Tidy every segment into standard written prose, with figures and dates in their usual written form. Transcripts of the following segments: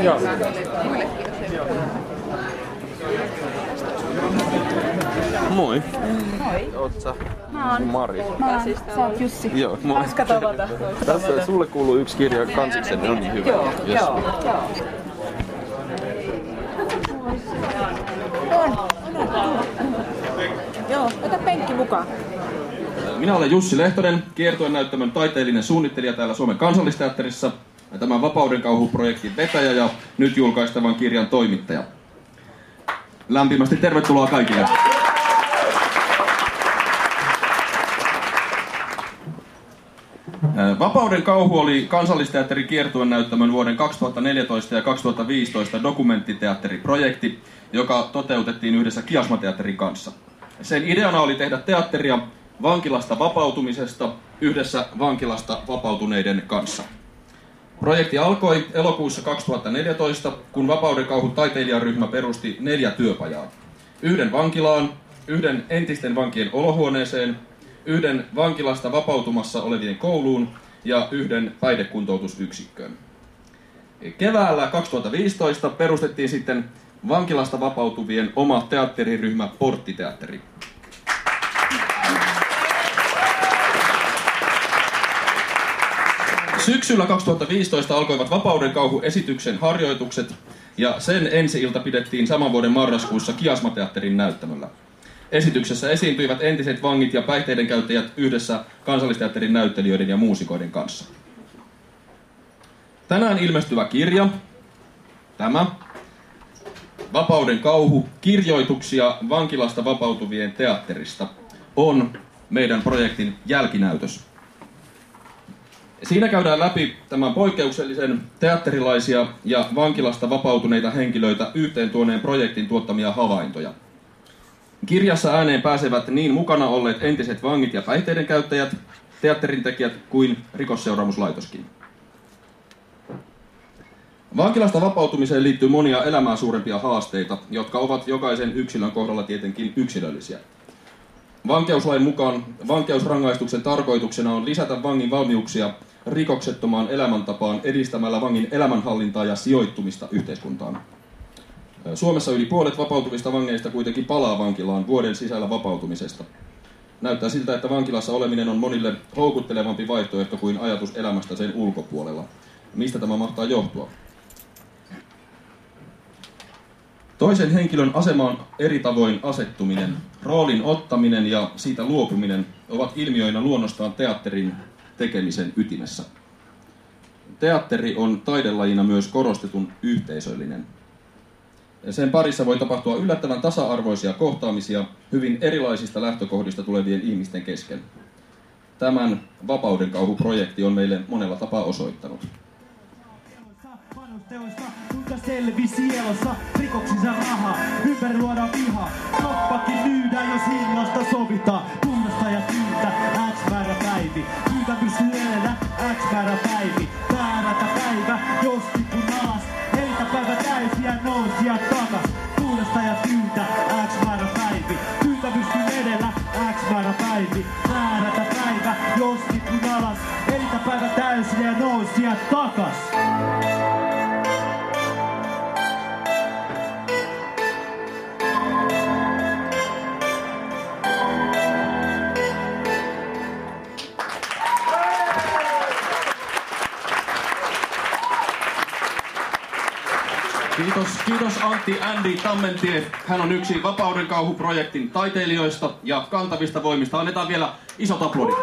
Joo. Moi. Moi. Oot sä Mä oon Mari? Sä oot Jussi. Joo, moi. Hauska tavata. Tässä sulle kuuluu yksi kirja kansiksen, niin on niin hyvä. Joo. Joo, ota penkki mukaan. Minä olen Jussi Lehtonen, kiertueen näyttämön taiteellinen suunnittelija täällä Suomen Kansallisteatterissa, ja tämän Vapauden kauhu-projektin vetäjä ja nyt julkaistavan kirjan toimittaja. Lämpimästi tervetuloa kaikille. Vapauden kauhu oli Kansallisteatterin kiertueen näyttämön vuoden 2014 ja 2015 dokumenttiteatteriprojekti, joka toteutettiin yhdessä Kiasmateatterin kanssa. Sen ideana oli tehdä teatteria vankilasta vapautumisesta yhdessä vankilasta vapautuneiden kanssa. Projekti alkoi elokuussa 2014, kun Vapauden kauhun taiteilijaryhmä perusti 4 työpajaa. 1 vankilaan, 1 entisten vankien olohuoneeseen, 1 vankilasta vapautumassa olevien kouluun ja 1 päihdekuntoutusyksikköön. Keväällä 2015 perustettiin sitten vankilasta vapautuvien oma teatteriryhmä Porttiteatteri. Syksyllä 2015 alkoivat Vapauden kauhu-esityksen harjoitukset ja sen ensi-ilta pidettiin saman vuoden marraskuussa Kiasmateatterin näyttämöllä. Esityksessä esiintyivät entiset vangit ja päihteiden käyttäjät yhdessä Kansallisteatterin näyttelijöiden ja muusikoiden kanssa. Tänään ilmestyvä kirja, tämä Vapauden kauhu, kirjoituksia vankilasta vapautuvien teatterista, on meidän projektin jälkinäytös. Siinä käydään läpi tämän poikkeuksellisen teatterilaisia ja vankilasta vapautuneita henkilöitä yhteen tuoneen projektin tuottamia havaintoja. Kirjassa ääneen pääsevät niin mukana olleet entiset vangit ja päihteiden käyttäjät, teatterintekijät kuin rikosseuraamuslaitoskin. Vankilasta vapautumiseen liittyy monia elämää suurempia haasteita, jotka ovat jokaisen yksilön kohdalla tietenkin yksilöllisiä. Vankeuslain mukaan vankeusrangaistuksen tarkoituksena on lisätä vangin valmiuksia rikoksettomaan elämäntapaan edistämällä vangin elämänhallintaa ja sijoittumista yhteiskuntaan. Suomessa yli puolet vapautuvista vangeista kuitenkin palaa vankilaan vuoden sisällä vapautumisesta. Näyttää siltä, että vankilassa oleminen on monille houkuttelevampi vaihtoehto kuin ajatus elämästä sen ulkopuolella. Mistä tämä mahtaa johtua? Toisen henkilön asemaan eri tavoin asettuminen, roolin ottaminen ja siitä luopuminen ovat ilmiöinä luonnostaan teatterin tekemisen ytimessä. Teatteri on taidelajina myös korostetun yhteisöllinen. Sen parissa voi tapahtua yllättävän tasa-arvoisia kohtaamisia hyvin erilaisista lähtökohdista tulevien ihmisten kesken. Tämän Vapauden kauhu-projekti on meille monella tapaa osoittanut. Kuinka selvi sielossa, rikoksinsa raha, ympäri luodaan viha. Soppakin myydään, jos hinnasta sovitaan. Tunnasta ja tyyntä, X määrä päivi. Pyytä pystyy elää, X määrä päivi. Määrätä päivä, jos tipun alas. Heitä päivä täysiä, nousia takas. Tunnasta ja tyyntä, X määrä päivi. Pyytä pystyy edellä, X määrä päivi. Määrätä päivä, jos tipun alas. Heitä päivä täysiä, nousia takas. Kiitos Antti Andy Tammentie. Hän on yksi Vapauden kauhu-projektin taiteilijoista ja kantavista voimista. Annetaan vielä isot aplodit.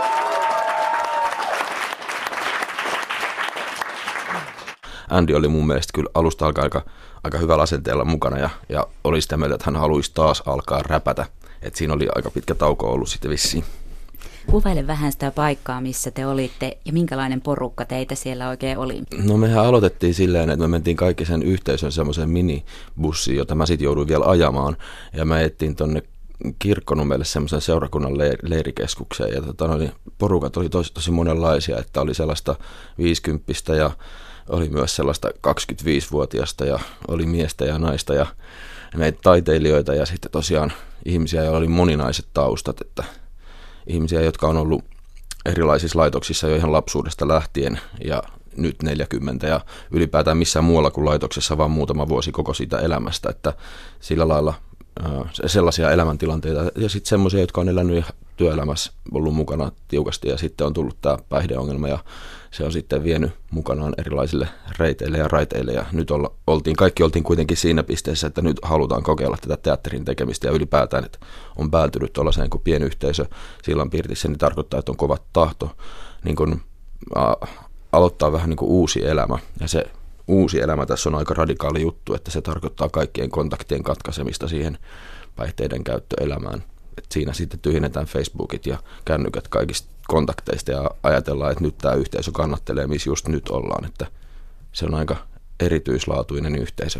Andy oli mun mielestä kyllä alusta alkaen aika hyvällä asenteella mukana ja oli sitä mieltä, että hän haluaisi taas alkaa räpätä. Et siinä oli aika pitkä tauko ollut sitten vissiin. Kuvaile vähän sitä paikkaa, missä te olitte ja minkälainen porukka teitä siellä oikein oli? No mehän aloitettiin silleen, että me mentiin kaikki sen yhteisön semmoiseen minibussiin, jota mä sitten jouduin vielä ajamaan. Ja mä ettiin tonne Kirkkonummelle semmoisen seurakunnan leirikeskukseen. Ja porukat oli tosi monenlaisia, että oli sellaista 50 ja oli myös sellaista 25-vuotiaista ja oli miestä ja naista ja meitä taiteilijoita ja sitten tosiaan ihmisiä, joilla oli moninaiset taustat, että ihmisiä, jotka on ollut erilaisissa laitoksissa jo ihan lapsuudesta lähtien ja nyt 40 ja ylipäätään missään muualla kuin laitoksessa vaan muutama vuosi koko siitä elämästä, että sillä lailla sellaisia elämäntilanteita ja sitten semmoisia, jotka on elänyt työelämässä ollut mukana tiukasti ja sitten on tullut tämä päihdeongelma ja se on sitten vienyt mukanaan erilaisille reiteille ja raiteille ja nyt kaikki oltiin kuitenkin siinä pisteessä, että nyt halutaan kokeilla tätä teatterin tekemistä ja ylipäätään, että on päätynyt tuollaiseen kuin pienyhteisö sillan Pirtissä, niin tarkoittaa, että on kova tahto niin kuin, aloittaa vähän niin kuin uusi elämä ja se uusi elämä tässä on aika radikaali juttu, että se tarkoittaa kaikkien kontaktien katkaisemista siihen päihteiden käyttöelämään. Et siinä sitten tyhjennetään Facebookit ja kännykät kaikista kontakteista ja ajatellaan, että nyt tämä yhteisö kannattelee, missä just nyt ollaan. Että se on aika erityislaatuinen yhteisö.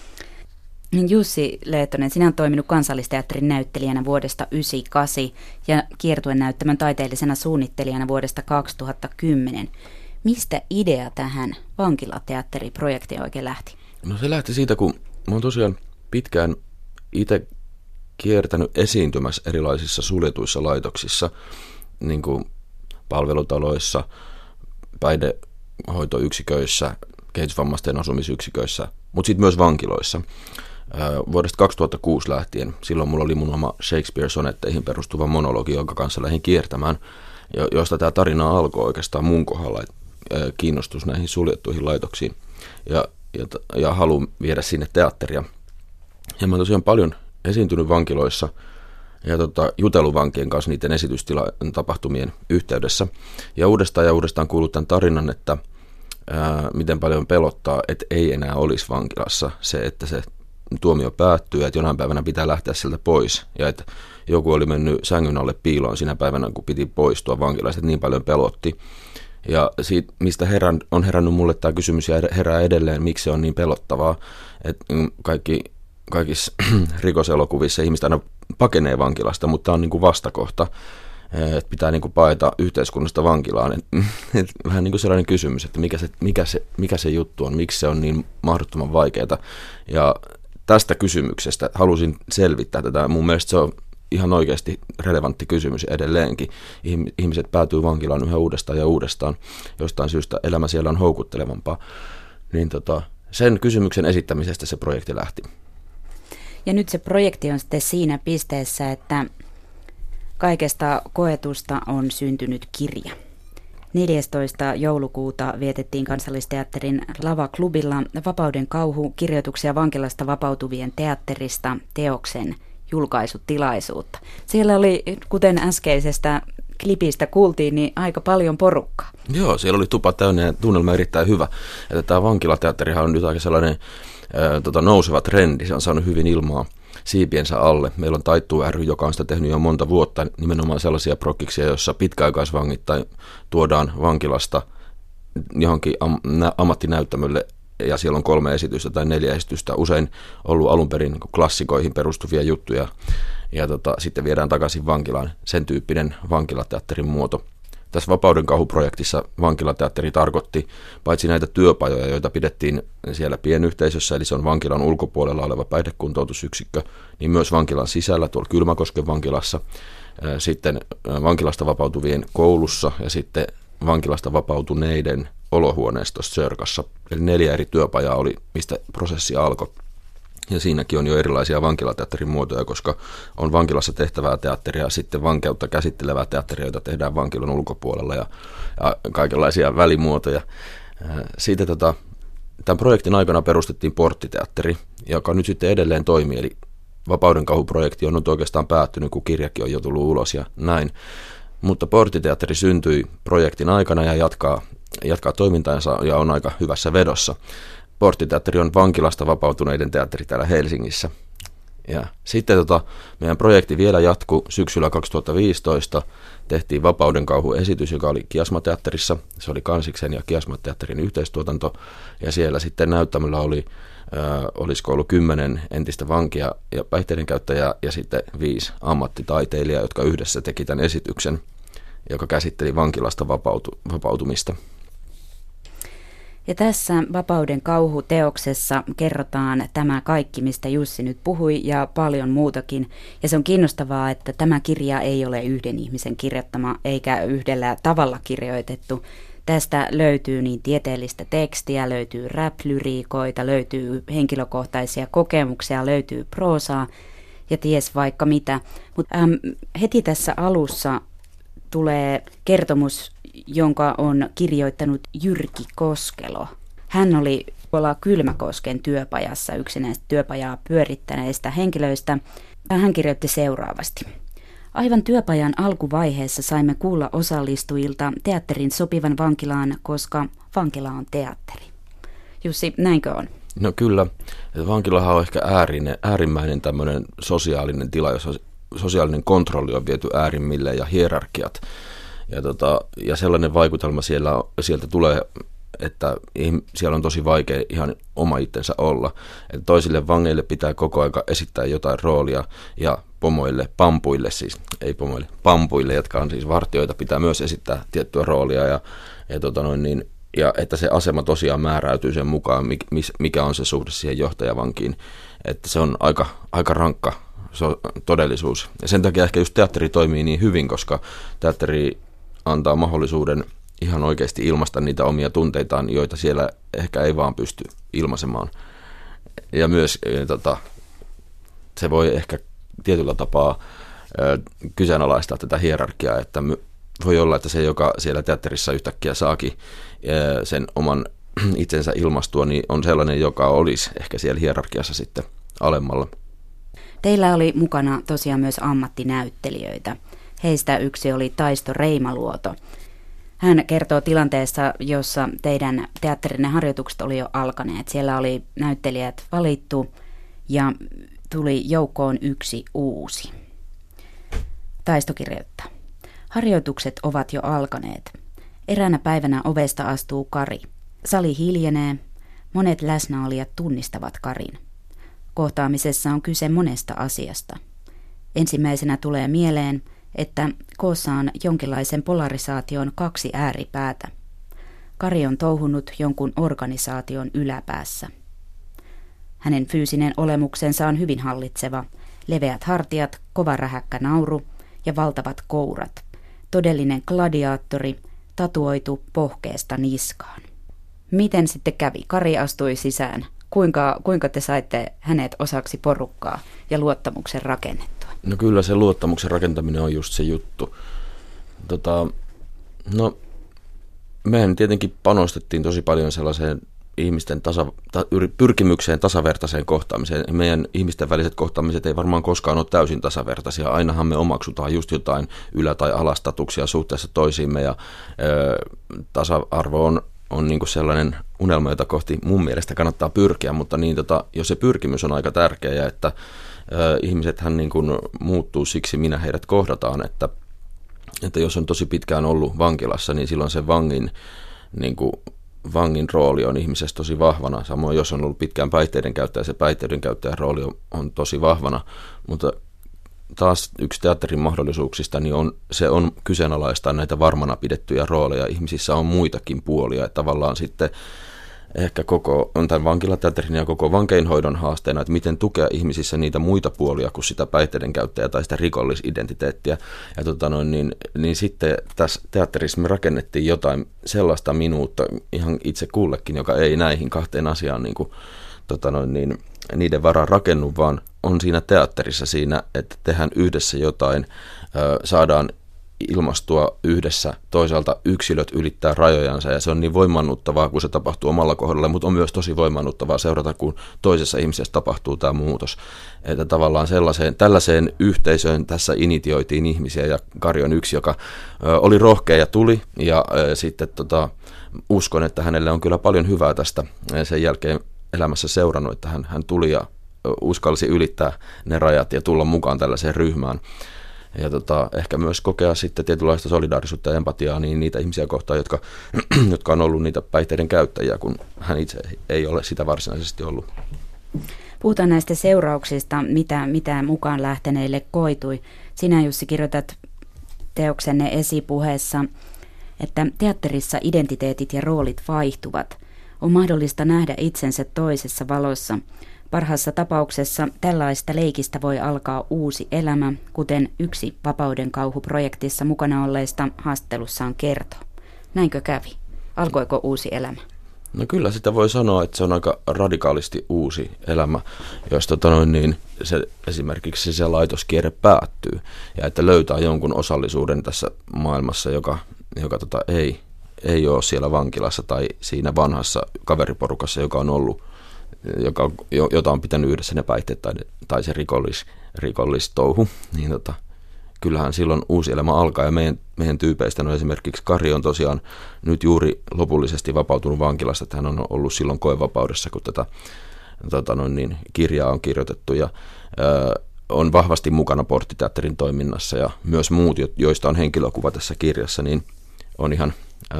Jussi Leetonen, sinä olet toiminut Kansallisteatterin näyttelijänä vuodesta 1998 ja kiertuen näyttämön taiteellisena suunnittelijana vuodesta 2010. Mistä idea tähän vankilateatteriprojektiin oikein lähti? No se lähti siitä, kun mä oon tosiaan pitkään itse kiertänyt esiintymässä erilaisissa suljetuissa laitoksissa, niin kuin palvelutaloissa, päihdehoitoyksiköissä, kehitysvammaisten asumisyksiköissä, mutta sitten myös vankiloissa. Vuodesta 2006 lähtien, silloin mulla oli mun oma Shakespeare-sonetteihin perustuva monologi, jonka kanssa lähdin kiertämään, josta tämä tarina alkoi oikeastaan mun kohdalla, kiinnostus näihin suljettuihin laitoksiin ja halu viedä sinne teatteria. Ja mä tosiaan paljon esiintynyt vankiloissa ja jutellut vankien kanssa niiden tapahtumien yhteydessä. Ja uudestaan kuullut tämän tarinan, että miten paljon pelottaa, että ei enää olisi vankilassa se, että se tuomio päättyy, että jonain päivänä pitää lähteä sieltä pois. Ja että joku oli mennyt sängyn alle piiloon siinä päivänä, kun piti poistua vankilasta, että niin paljon pelotti. Ja siitä, mistä on herännyt mulle tämä kysymys ja herää edelleen, miksi se on niin pelottavaa, että kaikissa rikoselokuvissa ihmiset aina pakenee vankilasta, mutta tämä on niin kuin vastakohta, että pitää niin kuin paeta yhteiskunnasta vankilaan. Vähän niin kuin sellainen kysymys, että mikä se juttu on, miksi se on niin mahdottoman vaikeaa. Ja tästä kysymyksestä halusin selvittää tätä. Mun mielestä se on ihan oikeasti relevantti kysymys edelleenkin. Ihmiset päätyy vankilaan yhä uudestaan ja uudestaan. Jostain syystä elämä siellä on houkuttelevampaa. Niin sen kysymyksen esittämisestä se projekti lähti. Ja nyt se projekti on sitten siinä pisteessä, että kaikesta koetusta on syntynyt kirja. 14. joulukuuta vietettiin Kansallisteatterin Lava-klubilla Vapauden kauhu kirjoituksia vankilasta vapautuvien teatterista teoksen julkaisutilaisuutta. Siellä oli, kuten äskeisestä klipistä kuultiin, niin aika paljon porukkaa. Joo, siellä oli tupa täynnä ja tunnelma erittäin hyvä. Että tämä vankilateatterihan on nyt aika sellainen nouseva trendi, se on saanut hyvin ilmaa siipiensä alle. Meillä on Taittuu ry, joka on sitä tehnyt jo monta vuotta, nimenomaan sellaisia prokkiksia, joissa pitkäaikaisvangit tuodaan vankilasta johonkin ammattinäyttämölle, ja siellä on 3 esitystä tai 4 esitystä, usein ollut alun perin klassikoihin perustuvia juttuja, ja sitten viedään takaisin vankilaan, sen tyyppinen vankilateatterin muoto. Tässä Vapauden kauhuprojektissa vankilateatteri tarkoitti paitsi näitä työpajoja, joita pidettiin siellä pienyhteisössä, eli se on vankilan ulkopuolella oleva päihdekuntoutusyksikkö, niin myös vankilan sisällä tuolla Kylmäkosken vankilassa, sitten vankilasta vapautuvien koulussa ja sitten vankilasta vapautuneiden olohuoneistossa Sörkassa. Eli 4 eri työpajaa oli, mistä prosessi alkoi. Ja siinäkin on jo erilaisia vankilateatterin muotoja, koska on vankilassa tehtävää teatteria ja sitten vankeutta käsittelevää teatteria, joita tehdään vankilan ulkopuolella ja kaikenlaisia välimuotoja. Siitä tämän projektin aikana perustettiin Porttiteatteri, joka nyt sitten edelleen toimii, eli Vapauden kauhuprojekti on nyt oikeastaan päättynyt, kun kirjakin on jo tullut ulos ja näin. Mutta Porttiteatteri syntyi projektin aikana ja jatkaa toimintaansa ja on aika hyvässä vedossa. Porttiteatteri on vankilasta vapautuneiden teatteri täällä Helsingissä. Ja sitten meidän projekti vielä jatkui syksyllä 2015. Tehtiin Vapauden kauhu-esitys, joka oli Kiasmateatterissa. Se oli Kansiksen ja Kiasmateatterin yhteistuotanto. Ja siellä sitten näyttämöllä olisiko ollut 10 entistä vankia ja päihteiden käyttäjää ja sitten 5 ammattitaiteilijaa, jotka yhdessä teki tämän esityksen, joka käsitteli vankilasta vapautumista. Ja tässä Vapauden kauhu-teoksessa kerrotaan tämä kaikki, mistä Jussi nyt puhui ja paljon muutakin. Ja se on kiinnostavaa, että tämä kirja ei ole yhden ihmisen kirjoittama eikä yhdellä tavalla kirjoitettu. Tästä löytyy niin tieteellistä tekstiä, löytyy rap-lyriikoita, löytyy henkilökohtaisia kokemuksia, löytyy proosaa ja ties vaikka mitä. Mutta heti tässä alussa tulee kertomus, jonka on kirjoittanut Jyrki Koskelo. Hän oli tuolla Kylmäkosken työpajassa yksi näistä työpajaa pyörittäneistä henkilöistä. Hän kirjoitti seuraavasti. Aivan työpajan alkuvaiheessa saimme kuulla osallistujilta teatterin sopivan vankilaan, koska vankila on teatteri. Jussi, näinkö on? No kyllä. Vankilahan on ehkä äärimmäinen tämmöinen sosiaalinen tila, jossa sosiaalinen kontrolli on viety äärimmilleen ja hierarkiat. Ja sellainen vaikutelma sieltä tulee, että siellä on tosi vaikea ihan oma itsensä olla. Että toisille vangeille pitää koko ajan esittää jotain roolia ja pampuille, jotka on siis vartijoita, pitää myös esittää tiettyä roolia ja että se asema tosiaan määräytyy sen mukaan, mikä on se suhde siihen johtajavankiin. Että se on aika rankka todellisuus. Ja sen takia ehkä just teatteri toimii niin hyvin, koska teatteri antaa mahdollisuuden ihan oikeasti ilmaista niitä omia tunteitaan, joita siellä ehkä ei vaan pysty ilmaisemaan. Ja myös se voi ehkä tietyllä tapaa kyseenalaistaa tätä hierarkiaa, että voi olla, että se, joka siellä teatterissa yhtäkkiä saakin sen oman itsensä ilmastua, niin on sellainen, joka olisi ehkä siellä hierarkiassa sitten alemmalla. Teillä oli mukana tosiaan myös ammattinäyttelijöitä. Heistä yksi oli Taisto Reimaluoto. Hän kertoo tilanteessa, jossa teidän teatterinen harjoitukset oli jo alkaneet. Siellä oli näyttelijät valittu ja tuli joukkoon yksi uusi. Taisto kirjoittaa. Harjoitukset ovat jo alkaneet. Eräänä päivänä ovesta astuu Kari. Sali hiljenee. Monet läsnäolijat tunnistavat Karin. Kohtaamisessa on kyse monesta asiasta. Ensimmäisenä tulee mieleen, että koossa on jonkinlaisen polarisaation kaksi ääripäätä. Kari on touhunut jonkun organisaation yläpäässä. Hänen fyysinen olemuksensa on hyvin hallitseva. Leveät hartiat, kova rähäkkä nauru ja valtavat kourat. Todellinen gladiaattori, tatuoitu pohkeesta niskaan. Miten sitten kävi? Kari astui sisään. Kuinka te saitte hänet osaksi porukkaa ja luottamuksen rakennettua? No kyllä se luottamuksen rakentaminen on just se juttu. Mehän tietenkin panostettiin tosi paljon sellaiseen ihmisten pyrkimykseen tasavertaiseen kohtaamiseen. Meidän ihmisten väliset kohtaamiset ei varmaan koskaan ole täysin tasavertaisia. Ainahan me omaksutaan just jotain ylä- tai alastatuksia suhteessa toisiimme ja tasa-arvo on niin kuin sellainen unelma, jota kohti mun mielestä kannattaa pyrkiä, mutta jos se pyrkimys on aika tärkeä ja että ihmisethän niin kuin muuttuu siksi minä heidät kohdataan, että jos on tosi pitkään ollut vankilassa, niin silloin se vangin rooli on ihmisessä tosi vahvana. Samoin jos on ollut pitkään päihteiden käyttäjä, se päihteiden käyttäjän rooli on tosi vahvana, mutta taas yksi teatterin mahdollisuuksista niin se on kyseenalaistaa näitä varmana pidettyjä rooleja. Ihmisissä on muitakin puolia, että tavallaan sitten ehkä on tämän vankilateatterin ja koko vankeinhoidon haasteena, että miten tukea ihmisissä niitä muita puolia kuin sitä päihteiden käyttäjää tai sitä rikollisidentiteettiä. Ja niin sitten tässä teatterissa me rakennettiin jotain sellaista minuutta ihan itse kullekin, joka ei näihin kahteen asiaan niiden varaan rakennu, vaan on siinä teatterissa siinä, että tehdään yhdessä jotain, saadaan ilmastua yhdessä, toisaalta yksilöt ylittää rajojansa ja se on niin voimannuttavaa, kun se tapahtuu omalla kohdalla, mutta on myös tosi voimannuttavaa seurata, kun toisessa ihmisessä tapahtuu tämä muutos. Että tavallaan tällaiseen yhteisöön tässä initioitiin ihmisiä ja Kari on yksi, joka oli rohkea ja tuli ja sitten uskon, että hänelle on kyllä paljon hyvää tästä sen jälkeen elämässä seurannut, että hän tuli ja uskalsi ylittää ne rajat ja tulla mukaan tällaiseen ryhmään. Ja ehkä myös kokea sitten tietynlaista solidaarisuutta ja empatiaa niin niitä ihmisiä kohtaan, jotka on ollut niitä päihteiden käyttäjiä, kun hän itse ei ole sitä varsinaisesti ollut. Puhutaan näistä seurauksista, mitä mukaan lähteneille koitui. Sinä, Jussi, kirjoitat teoksenne esipuheessa, että teatterissa identiteetit ja roolit vaihtuvat. On mahdollista nähdä itsensä toisessa valossa. Parhaassa tapauksessa tällaista leikistä voi alkaa uusi elämä, kuten yksi Vapauden kauhu -projektissa mukana olleista haastattelussaan kertoo. Näinkö kävi? Alkoiko uusi elämä? No kyllä sitä voi sanoa, että se on aika radikaalisti uusi elämä, jos se, esimerkiksi se laitoskierre päättyy ja että löytää jonkun osallisuuden tässä maailmassa, joka ei ole siellä vankilassa tai siinä vanhassa kaveriporukassa, joka on ollut, jota on pitänyt yhdessä ne päihteet tai se rikollistouhu, niin kyllähän silloin uusi elämä alkaa ja meidän tyypeistä no esimerkiksi Kari on tosiaan nyt juuri lopullisesti vapautunut vankilasta, että hän on ollut silloin koevapaudessa, kun tätä kirjaa on kirjoitettu ja on vahvasti mukana Porttiteatterin toiminnassa ja myös muut, joista on henkilökuva tässä kirjassa, niin on ihan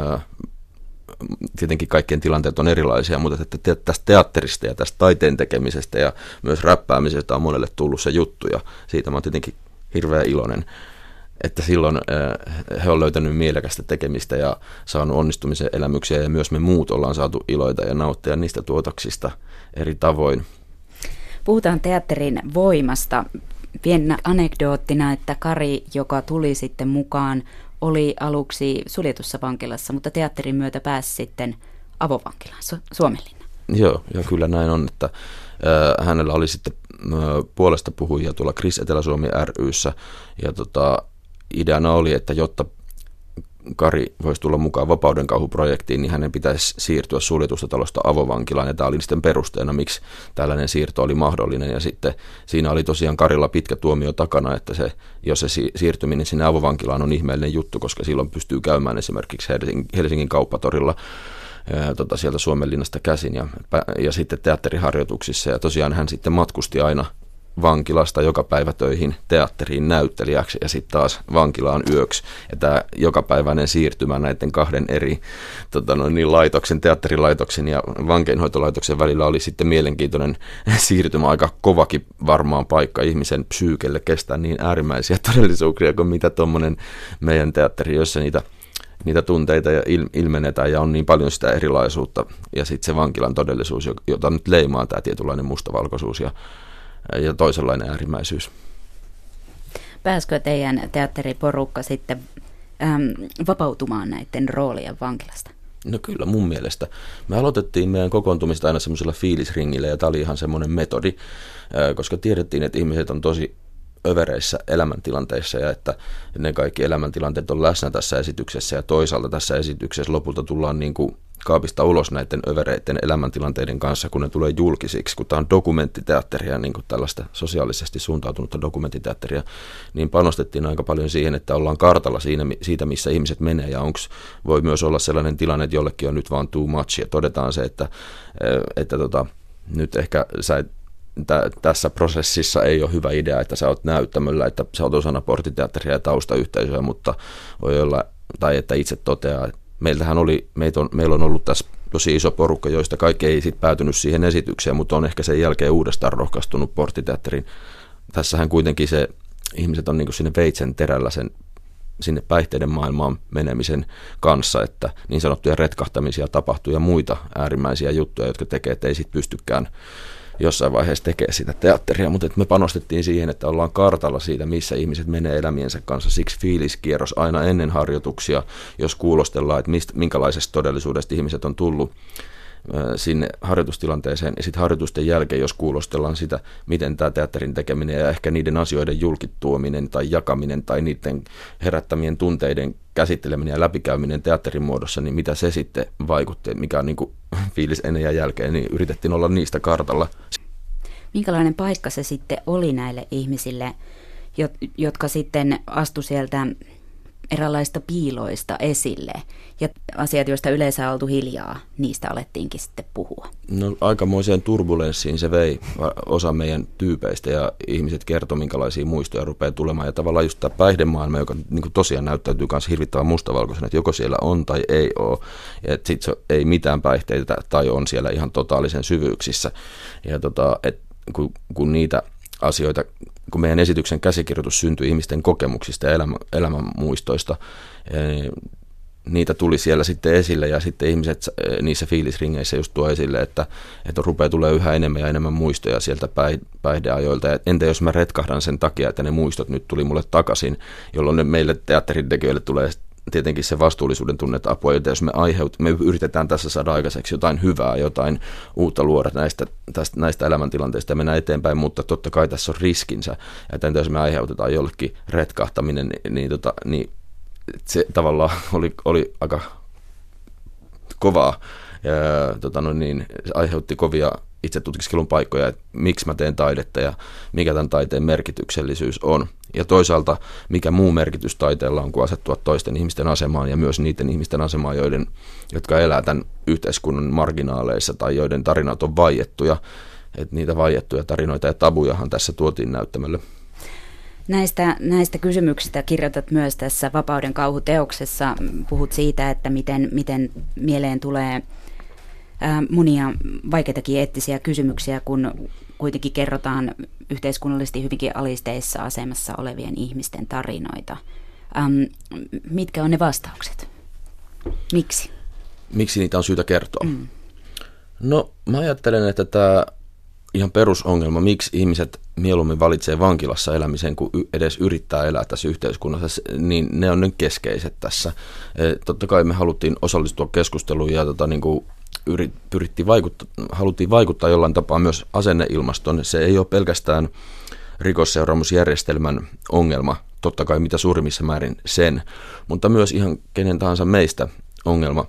tietenkin kaikkien tilanteet on erilaisia, mutta että tästä teatterista ja tästä taiteen tekemisestä ja myös räppäämisestä on monelle tullut se juttu ja siitä mä oon tietenkin hirveän iloinen, että silloin he on löytänyt mielekästä tekemistä ja saanut onnistumisen elämyksiä ja myös me muut ollaan saatu iloita ja nauttia niistä tuotoksista eri tavoin. Puhutaan teatterin voimasta. Pienenä anekdoottina, että Kari, joka tuli sitten mukaan, oli aluksi suljetussa vankilassa, mutta teatterin myötä pääsi sitten avovankilaan Suomenlinna. Joo, ja kyllä näin on, että hänellä oli sitten puolesta puhujia tuolla Kris Etelä-Suomi ry:ssä ja ideana oli, että jotta Kari voisi tulla mukaan Vapauden kauhuprojektiin, niin hänen pitäisi siirtyä suljetusta talosta avovankilaan ja tämä oli sitten perusteena, miksi tällainen siirto oli mahdollinen ja sitten siinä oli tosiaan Karilla pitkä tuomio takana, että jos se siirtyminen sinne avovankilaan on ihmeellinen juttu, koska silloin pystyy käymään esimerkiksi Helsingin kauppatorilla sieltä Suomenlinnasta käsin ja sitten teatteriharjoituksissa ja tosiaan hän sitten matkusti aina vankilasta joka päivä töihin teatteriin näyttelijäksi ja sitten taas vankilaan yöksi. Ja tämä jokapäiväinen siirtymä näiden kahden eri teatterilaitoksen ja vankeinhoitolaitoksen välillä oli sitten mielenkiintoinen siirtymä, aika kovakin varmaan paikka ihmisen psyykelle kestää niin äärimmäisiä todellisuuksia kuin mitä tuommoinen meidän teatteri, jossa niitä tunteita ja ilmenetään ja on niin paljon sitä erilaisuutta ja sitten se vankilan todellisuus, jota nyt leimaa tämä tietynlainen mustavalkoisuus ja toisenlainen äärimmäisyys. Pääskö teidän teatteriporukka sitten vapautumaan näiden roolien vankilasta? No kyllä mun mielestä. Me aloitettiin meidän kokoontumista aina semmoisella fiilisringillä ja tämä oli ihan semmoinen metodi, koska tiedettiin, että ihmiset on tosi övereissä elämäntilanteissa ja että ne kaikki elämäntilanteet on läsnä tässä esityksessä ja toisaalta tässä esityksessä lopulta tullaan niin kuin kaapista ulos näiden övereiden elämäntilanteiden kanssa, kun ne tulee julkisiksi, kun tämä on dokumenttiteatteria, niin kuin tällaista sosiaalisesti suuntautunutta dokumenttiteatteria, niin panostettiin aika paljon siihen, että ollaan kartalla siitä, missä ihmiset menee ja voi myös olla sellainen tilanne, että jollekin on nyt vaan too much ja todetaan se, että nyt ehkä tässä prosessissa ei ole hyvä idea, että sä oot näyttämöllä, että sä oot osana Porttiteatteria ja taustayhteisöä, mutta voi olla, tai että itse toteaa, että meillä on ollut tässä tosi iso porukka, joista kaikki ei sitten päätynyt siihen esitykseen, mutta on ehkä sen jälkeen uudestaan rohkaistunut Porttiteatteriin. Tässähän kuitenkin se ihmiset on niin kuin sinne veitsen terällä sinne päihteiden maailmaan menemisen kanssa, että niin sanottuja retkahtamisia tapahtuu ja muita äärimmäisiä juttuja, jotka tekee, että ei sitten pystykään jossain vaiheessa tekee sitä teatteria, mutta me panostettiin siihen, että ollaan kartalla siitä, missä ihmiset menee elämiensä kanssa. Siksi fiiliskierros aina ennen harjoituksia, jos kuulostellaan, että minkälaisesta todellisuudesta ihmiset on tullut sinne harjoitustilanteeseen ja sitten harjoitusten jälkeen, jos kuulostellaan sitä, miten tämä teatterin tekeminen ja ehkä niiden asioiden julkituominen tai jakaminen tai niiden herättämien tunteiden käsitteleminen ja läpikäyminen teatterin muodossa, niin mitä se sitten vaikutti, mikä on niin kuin fiilis ennen ja jälkeen, niin yritettiin olla niistä kartalla. Minkälainen paikka se sitten oli näille ihmisille, jotka sitten astu sieltä eräänlaista piiloista esille ja asiat, joista yleensä on oltu hiljaa, niistä alettiinkin sitten puhua? No aikamoiseen turbulenssiin se vei osa meidän tyypeistä ja ihmiset kertoi, minkälaisia muistoja rupeaa tulemaan ja tavallaan just tämä päihdemaailma, joka niin kuin tosiaan näyttäytyy myös hirvittävän mustavalkoisena, että joko siellä on tai ei ole ja sitten ei mitään päihteitä tai on siellä ihan totaalisen syvyyksissä ja kun niitä asioita, kun meidän esityksen käsikirjoitus syntyi ihmisten kokemuksista ja elämänmuistoista, niitä tuli siellä sitten esille ja sitten ihmiset niissä fiilisringeissä just tuo esille, että rupeaa tulee yhä enemmän ja enemmän muistoja sieltä päihdeajoilta. Ja entä jos mä retkahdan sen takia, että ne muistot nyt tuli mulle takaisin, jolloin ne meille teatterin tekijöille tulee tietenkin se vastuullisuuden tunne, että apua, joten jos me yritetään tässä saada aikaiseksi jotain hyvää, jotain uutta luoda näistä elämäntilanteista ja mennään eteenpäin, mutta totta kai tässä on riskinsä, että jos me aiheutetaan jollekin retkahtaminen, niin se tavallaan oli aika kovaa, aiheutti kovia itsetutkiskelun paikkoja, että miksi mä teen taidetta ja mikä tämän taiteen merkityksellisyys on. Ja toisaalta, mikä muu merkitys taiteella on, kun asettua toisten ihmisten asemaan ja myös niiden ihmisten asemaan, jotka elää tämän yhteiskunnan marginaaleissa tai joiden tarinat on vaiettuja. Että niitä vaiettuja tarinoita ja tabujahan tässä tuotiin näyttämölle. Näistä kysymyksistä kirjoitat myös tässä Vapauden kauhuteoksessa. Puhut siitä, että miten mieleen tulee monia vaikeitakin eettisiä kysymyksiä, kun kuitenkin kerrotaan yhteiskunnallisesti hyvinkin alisteissa asemassa olevien ihmisten tarinoita. Mitkä on ne vastaukset? Miksi? Miksi niitä on syytä kertoa? No, mä ajattelen, että tämä ihan perusongelma, miksi ihmiset mieluummin valitsee vankilassa elämisen, kuin edes yrittää elää tässä yhteiskunnassa, niin ne on ne keskeiset tässä. Totta kai me haluttiin osallistua keskusteluun ja haluttiin vaikuttaa jollain tapaa myös asenneilmastoon. Se ei ole pelkästään rikosseuraamusjärjestelmän ongelma, totta kai mitä suurimmissa määrin sen, mutta myös ihan kenen tahansa meistä ongelma.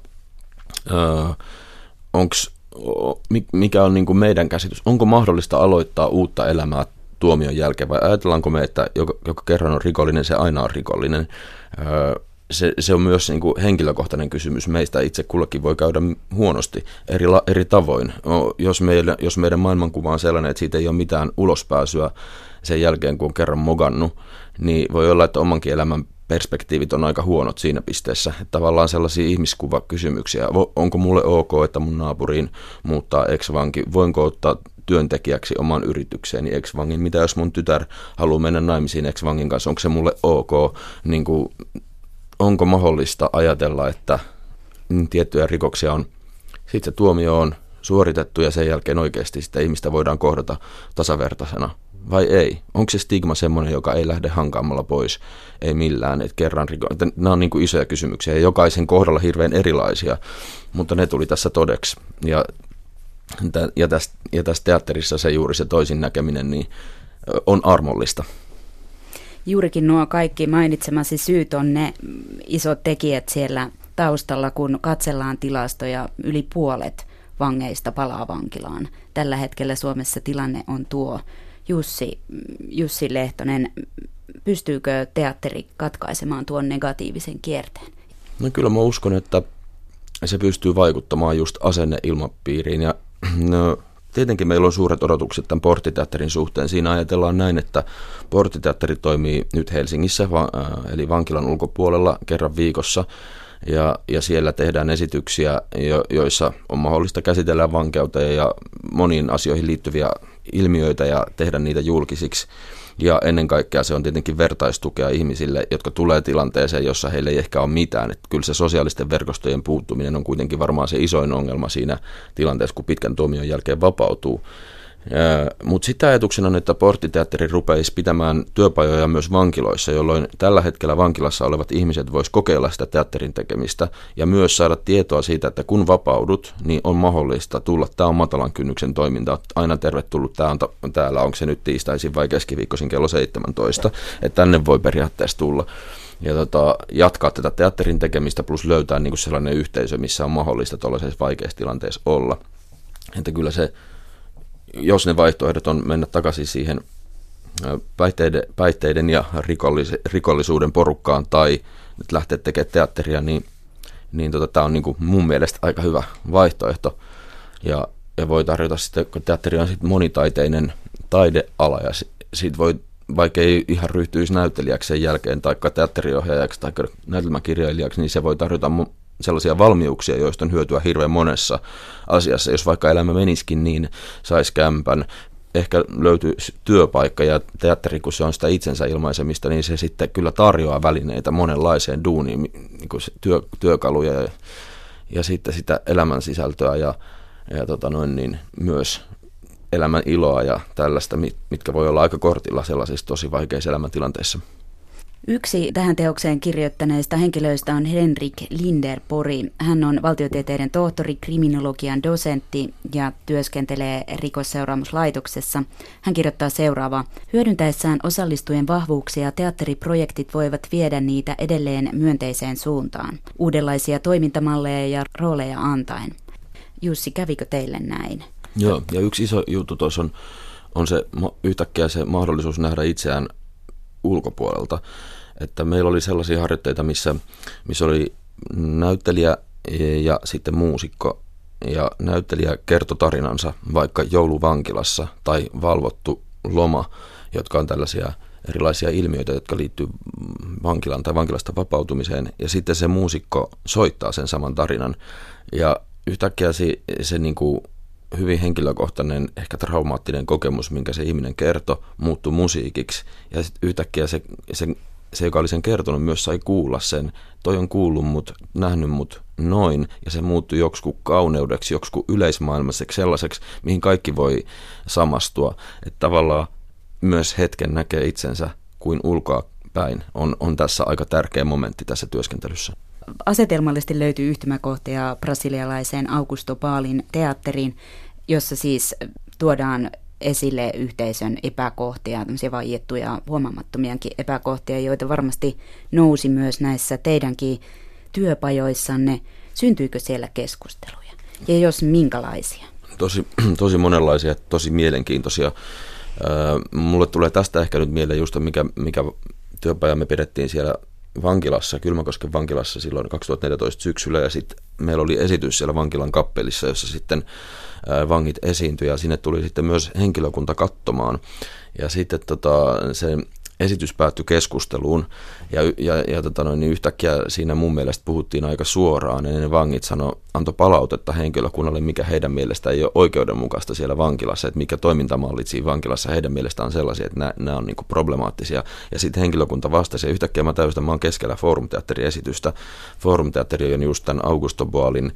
Mikä on niin kuin meidän käsitys? Onko mahdollista aloittaa uutta elämää tuomion jälkeen vai ajatellaanko me, että joka kerran on rikollinen, se aina on rikollinen? Se on myös niin kuin henkilökohtainen kysymys. Meistä itse kullakin voi käydä huonosti eri tavoin. Jos meidän maailmankuva on sellainen, että siitä ei ole mitään ulospääsyä sen jälkeen, kun on kerran mogannut, niin voi olla, että omankin elämän perspektiivit on aika huonot siinä pisteessä. Että tavallaan sellaisia ihmiskuvakysymyksiä. Onko mulle ok, että mun naapuriin muuttaa ex-vanki? Voinko ottaa työntekijäksi oman yritykseeni ex-vangin? Mitä jos mun tytär haluaa mennä naimisiin ex-vangin kanssa? Onko se mulle ok? Niin kuin, onko mahdollista ajatella, että tiettyjä rikoksia on, sitten se tuomio on suoritettu ja sen jälkeen oikeasti sitä ihmistä voidaan kohdata tasavertaisena vai ei? Onko se stigma semmoinen, joka ei lähde hankaamalla pois? Ei millään, että kerran nämä on niin kuin isoja kysymyksiä ja jokaisen kohdalla hirveän erilaisia, mutta ne tuli tässä todeksi. Ja tässä teatterissa se juuri se toisin näkeminen niin on armollista. Juurikin nuo kaikki mainitsemasi syyt on ne isot tekijät siellä taustalla, kun katsellaan tilastoja, yli puolet vangeista palaa vankilaan. Tällä hetkellä Suomessa tilanne on tuo. Jussi Lehtonen, pystyykö teatteri katkaisemaan tuon negatiivisen kierteen? No kyllä mä uskon, että se pystyy vaikuttamaan just asenneilmapiiriin ja tietenkin meillä on suuret odotukset tämän Porttiteatterin suhteen. Siinä ajatellaan näin, että Porttiteatteri toimii nyt Helsingissä, eli vankilan ulkopuolella kerran viikossa. Ja siellä tehdään esityksiä, joissa on mahdollista käsitellä vankeutta ja moniin asioihin liittyviä ilmiöitä ja tehdä niitä julkisiksi. Ja ennen kaikkea se on tietenkin vertaistukea ihmisille, jotka tulee tilanteeseen, jossa heillä ei ehkä ole mitään. Että kyllä se sosiaalisten verkostojen puuttuminen on kuitenkin varmaan se isoin ongelma siinä tilanteessa, kun pitkän tuomion jälkeen vapautuu. Mutta sitten ajatuksena on, että Porttiteatteri rupeisi pitämään työpajoja myös vankiloissa, jolloin tällä hetkellä vankilassa olevat ihmiset vois kokeilla sitä teatterin tekemistä ja myös saada tietoa siitä, että kun vapaudut, niin on mahdollista tulla. Tämä on matalan kynnyksen toiminta. Aina tervetullut. Täällä onko se nyt tiistaisin vai keskiviikkoisin kello 17, että tänne voi periaatteessa tulla. Ja jatkaa tätä teatterin tekemistä plus löytää niin kuin sellainen yhteisö, missä on mahdollista tuollaisessa vaikeassa tilanteessa olla. Että kyllä se, jos ne vaihtoehdot on mennä takaisin siihen päihteiden ja rikollisuuden porukkaan tai nyt lähteä tekemään teatteria, niin tämä on niin kuin mun mielestä aika hyvä vaihtoehto. Ja voi tarjota sitten, kun teatteri on sitten monitaiteinen taideala ja siitä voi, vaikka ei ihan ryhtyisi näyttelijäksi sen jälkeen tai teatteriohjaajaksi tai näytelmäkirjailijaksi, niin se voi tarjota sellaisia valmiuksia, joista on hyötyä hirveän monessa asiassa. Jos vaikka elämä menisikin niin, saisi kämpän, ehkä löytyy työpaikka ja teatteri, kun se on sitä itsensä ilmaisemista, niin se sitten kyllä tarjoaa välineitä monenlaiseen duuniin, niin kuin työkaluja ja sitten sitä elämän sisältöä ja niin myös elämän iloa ja tällaista, mitkä voi olla aika kortilla sellaisissa tosi vaikeissa elämäntilanteissa. Yksi tähän teokseen kirjoittaneista henkilöistä on Henrik Linderpori. Hän on valtiotieteiden tohtori, kriminologian dosentti ja työskentelee rikosseuraamuslaitoksessa. Hän kirjoittaa seuraavaa. Hyödyntäessään osallistujien vahvuuksia teatteriprojektit voivat viedä niitä edelleen myönteiseen suuntaan. Uudenlaisia toimintamalleja ja rooleja antaen. Jussi, kävikö teille näin? Joo, ja yksi iso juttu tuossa on se yhtäkkiä se mahdollisuus nähdä itseään ulkopuolelta. Että meillä oli sellaisia harjoitteita, missä oli näyttelijä ja sitten muusikko. Ja näyttelijä kertoi tarinansa vaikka jouluvankilassa tai valvottu loma, jotka on tällaisia erilaisia ilmiöitä, jotka liittyy vankilaan tai vankilasta vapautumiseen. Ja sitten se muusikko soittaa sen saman tarinan. Ja yhtäkkiä se niin kuin hyvin henkilökohtainen, ehkä traumaattinen kokemus, minkä se ihminen kertoi, muuttui musiikiksi. Ja sitten yhtäkkiä se, joka oli sen kertonut, myös sai kuulla sen. Toi on kuullut mut, nähnyt mut noin. Ja se muuttui joksikin kauneudeksi, joksikin yleismaailmaiseksi, sellaiseksi, mihin kaikki voi samastua. Että tavallaan myös hetken näkee itsensä kuin ulkoa päin. On tässä aika tärkeä momentti tässä työskentelyssä. Asetelmallisesti löytyy yhtymäkohtia brasilialaiseen Augusto Baalin teatteriin, jossa siis tuodaan esille yhteisön epäkohtia, tämmöisiä vaiettuja huomaamattomiakin epäkohtia, joita varmasti nousi myös näissä teidänkin työpajoissanne. Syntyykö siellä keskusteluja? Ja jos minkälaisia? Tosi monenlaisia, tosi mielenkiintoisia. Mulle tulee tästä ehkä nyt mieleen just mikä työpaja me pidettiin siellä vankilassa, Kylmäkosken vankilassa silloin 2014 syksyllä, ja sitten meillä oli esitys siellä vankilan kappelissa, jossa sitten vangit esiintyi, ja sinne tuli sitten myös henkilökunta katsomaan, ja sitten se esitys päättyi keskusteluun, ja niin yhtäkkiä siinä mun mielestä puhuttiin aika suoraan, ja ne vangit antoi palautetta henkilökunnalle, mikä heidän mielestä ei ole oikeudenmukaista siellä vankilassa, että mikä toimintamallit siinä vankilassa heidän mielestään on sellaisia, että nämä on niinku problemaattisia, ja sitten henkilökunta vastasi, ja yhtäkkiä mä täysin, mä oon keskellä Forum-teatteriesitystä. Forum-teatteri on just tämän Augusto Boalin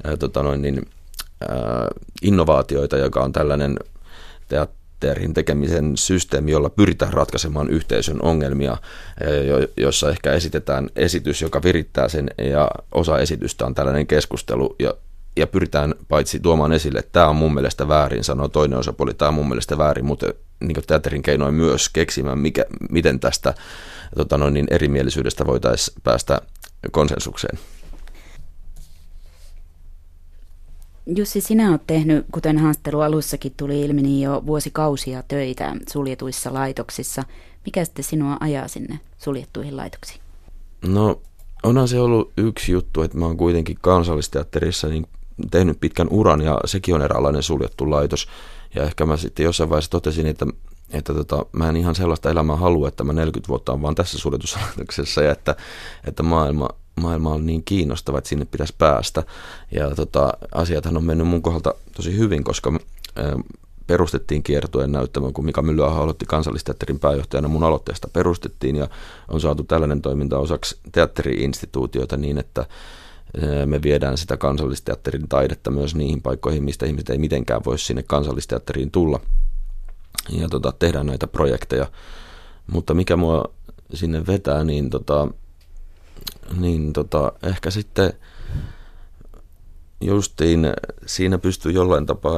innovaatioita, joka on tällainen teatterin tekemisen systeemi, jolla pyritään ratkaisemaan yhteisön ongelmia, jossa ehkä esitetään esitys, joka virittää sen, ja osa esitystä on tällainen keskustelu, ja pyritään paitsi tuomaan esille, että tämä on mun mielestä väärin, sanoo toinen osapuoli, tämä on mun mielestä väärin, mutta niin teatterin keinoin myös keksimään, miten tästä erimielisyydestä voitaisiin päästä konsensukseen. Jussi, sinä olet tehnyt, kuten haastattelu alussakin tuli ilmi, niin jo vuosikausia töitä suljetuissa laitoksissa. Mikä sitten sinua ajaa sinne suljettuihin laitoksiin? No, onhan se ollut yksi juttu, että mä oon kuitenkin Kansallisteatterissa niin tehnyt pitkän uran, ja sekin on eräänlainen suljettu laitos. Ja ehkä mä sitten jossain vaiheessa totesin, että mä en ihan sellaista elämää halua, että mä 40 vuotta on vaan tässä suljetussa laitoksessa, ja että maailma on niin kiinnostava, että sinne pitäisi päästä. Ja asiathan on mennyt mun kohdalta tosi hyvin, koska perustettiin kiertueen näyttämö, kun Mika Myllyaho aloitti Kansallisteatterin pääjohtajana, mun aloitteesta perustettiin, ja on saatu tällainen toiminta osaksi teatteri-instituutioita niin, että me viedään sitä Kansallisteatterin taidetta myös niihin paikkoihin, mistä ihmiset ei mitenkään voi sinne Kansallisteatteriin tulla. Ja tehdään näitä projekteja. Mutta mikä mua sinne vetää, niin ehkä sitten justiin siinä pystyy jollain tapaa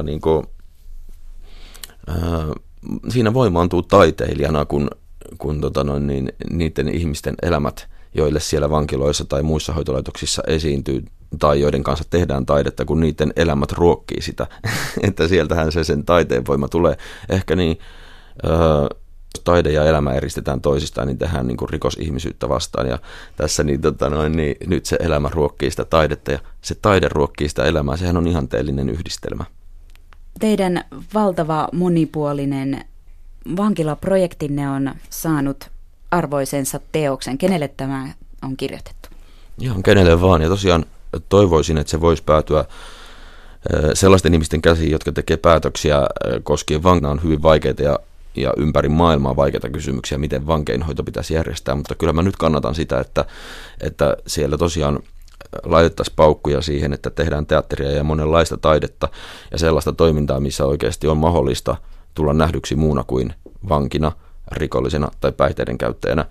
siinä voimaantuu taiteilijana, kun niiden ihmisten elämät, joille siellä vankiloissa tai muissa hoitolaitoksissa esiintyy tai joiden kanssa tehdään taidetta, kun niiden elämät ruokkii sitä, että sieltähän se sen taiteen voima tulee. Ehkä niin, taide ja elämä eristetään toisistaan, niin tehdään niin kuin rikosihmisyyttä vastaan, ja tässä niin, nyt se elämä ruokkii sitä taidetta, ja se taide ruokkii sitä elämää, sehän on ihanteellinen yhdistelmä. Teidän valtava monipuolinen vankilaprojektinne on saanut arvoisensa teoksen. Kenelle tämä on kirjoitettu? Ihan kenelle vaan, ja tosiaan toivoisin, että se voisi päätyä sellaisten ihmisten käsiin, jotka tekee päätöksiä koskien vankeja. On hyvin vaikeita ja ympäri maailmaa vaikeita kysymyksiä, miten vankeinhoito pitäisi järjestää, mutta kyllä mä nyt kannatan sitä, että siellä tosiaan laitettaisiin paukkuja siihen, että tehdään teatteria ja monenlaista taidetta ja sellaista toimintaa, missä oikeasti on mahdollista tulla nähdyksi muuna kuin vankina, rikollisena tai päihteiden käyttäjänä.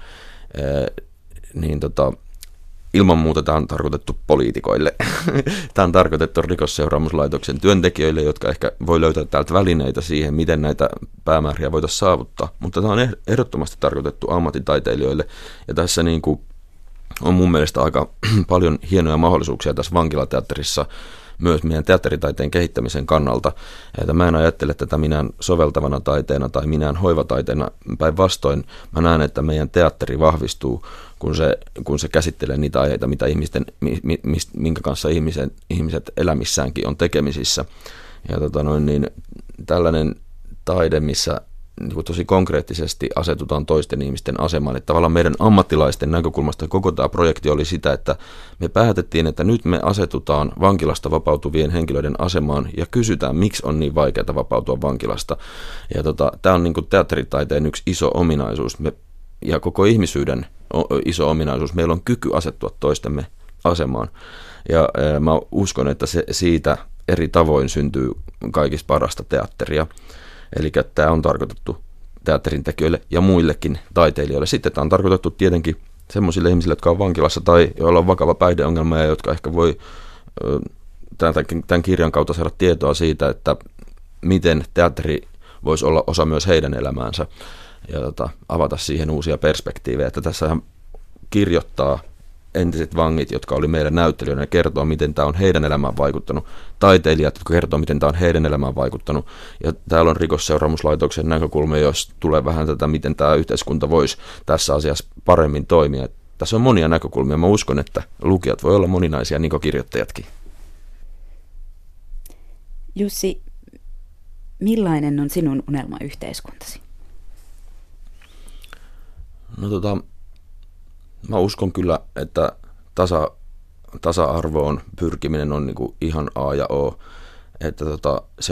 niin ilman muuta tämä on tarkoitettu poliitikoille. Tämä on tarkoitettu Rikosseuraamuslaitoksen työntekijöille, jotka ehkä voi löytää täältä välineitä siihen, miten näitä päämääriä voitaisiin saavuttaa. Mutta tämä on ehdottomasti tarkoitettu ammattitaiteilijoille. Ja tässä niin kuin on mun mielestä aika paljon hienoja mahdollisuuksia tässä vankilateatterissa myös meidän teatteritaiteen kehittämisen kannalta. Että mä en ajattele tätä minään soveltavana taiteena tai minään hoivataiteena. Päinvastoin mä näen, että meidän teatteri vahvistuu, kun se käsittelee niitä aiheita, mitä minkä kanssa ihmiset elämissäänkin on tekemisissä. Ja tällainen taide, missä niin tosi konkreettisesti asetutaan toisten ihmisten asemaan. Että tavallaan meidän ammattilaisten näkökulmasta koko tämä projekti oli sitä, että me päätettiin, että nyt me asetutaan vankilasta vapautuvien henkilöiden asemaan ja kysytään, miksi on niin vaikeaa vapautua vankilasta. Ja tämä on niin kuin teatteritaiteen yksi iso ominaisuus ja koko ihmisyyden iso ominaisuus. Meillä on kyky asettua toistemme asemaan. Ja mä uskon, että se siitä eri tavoin syntyy kaikista parasta teatteria. Eli tämä on tarkoitettu teatterin tekijöille ja muillekin taiteilijoille. Sitten tämä on tarkoitettu tietenkin semmoisille ihmisille, jotka on vankilassa tai joilla on vakava päihdeongelma ja jotka ehkä voi tämän kirjan kautta saada tietoa siitä, että miten teatteri voisi olla osa myös heidän elämäänsä ja avata siihen uusia perspektiivejä. Että tässähän kirjoittaa entiset vangit, jotka oli meidän näyttelijöinä, ja kertoo, miten tämä on heidän elämään vaikuttanut. Taiteilijat, jotka kertoo, miten tämä on heidän elämään vaikuttanut. Ja täällä on Rikosseuraamuslaitoksen näkökulma, jos tulee vähän tätä, miten tämä yhteiskunta voisi tässä asiassa paremmin toimia. Tässä on monia näkökulmia. Mä uskon, että lukijat voi olla moninaisia, niin kuin kirjoittajatkin. Jussi, millainen on sinun unelmayhteiskuntasi? No mä uskon kyllä, että tasa-arvoon pyrkiminen on niinku ihan A ja O. Että se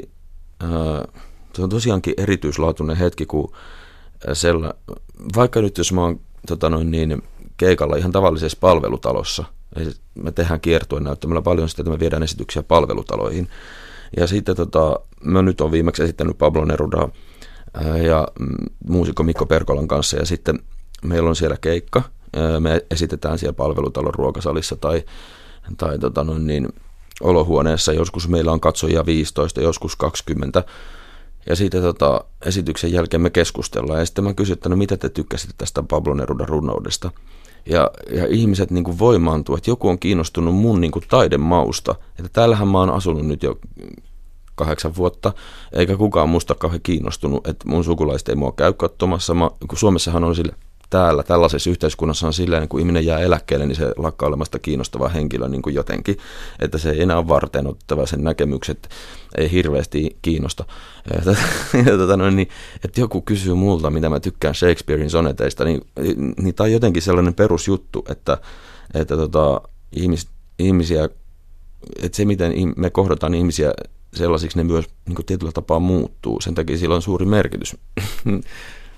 on tosiaankin erityislaatuinen hetki, kun vaikka nyt jos mä oon keikalla ihan tavallisessa palvelutalossa, me tehdään kiertuen näyttämällä paljon sitä, että me viedään esityksiä palvelutaloihin. Ja sitten mä nyt olen viimeksi esittänyt Pablo Nerudaa ja muusikko Mikko Perkolan kanssa, ja sitten meillä on siellä keikka. Me esitetään siellä palvelutalon ruokasalissa tai olohuoneessa. Joskus meillä on katsojia 15, joskus 20. Ja siitä esityksen jälkeen me keskustellaan. Ja sitten mä kysyn, että no mitä te tykkäsitte tästä Pablo Nerudan runoudesta. Ja ihmiset niin kuin voimaantuu, että joku on kiinnostunut mun niin kuin taidemausta. Että täällähän mä oon asunut nyt jo 8 vuotta, eikä kukaan musta kauhean kiinnostunut, että mun sukulaiset ei mua käy katsomassa. Kun Suomessahan on sille tällaisessa yhteiskunnassa on silleen, kun ihminen jää eläkkeelle, niin se lakkaa olemasta kiinnostava henkilö niin kuin jotenkin, että se ei enää ole varten otettava, sen näkemykset ei hirveästi kiinnosta. Että joku kysyy multa, mitä mä tykkään Shakespearein soneteista, niin tämä on jotenkin sellainen perusjuttu, että ihmisiä, että se miten me kohdataan ihmisiä sellaisiksi, ne myös niin kuin tietyllä tapaa muuttuu, sen takia sillä on suuri merkitys.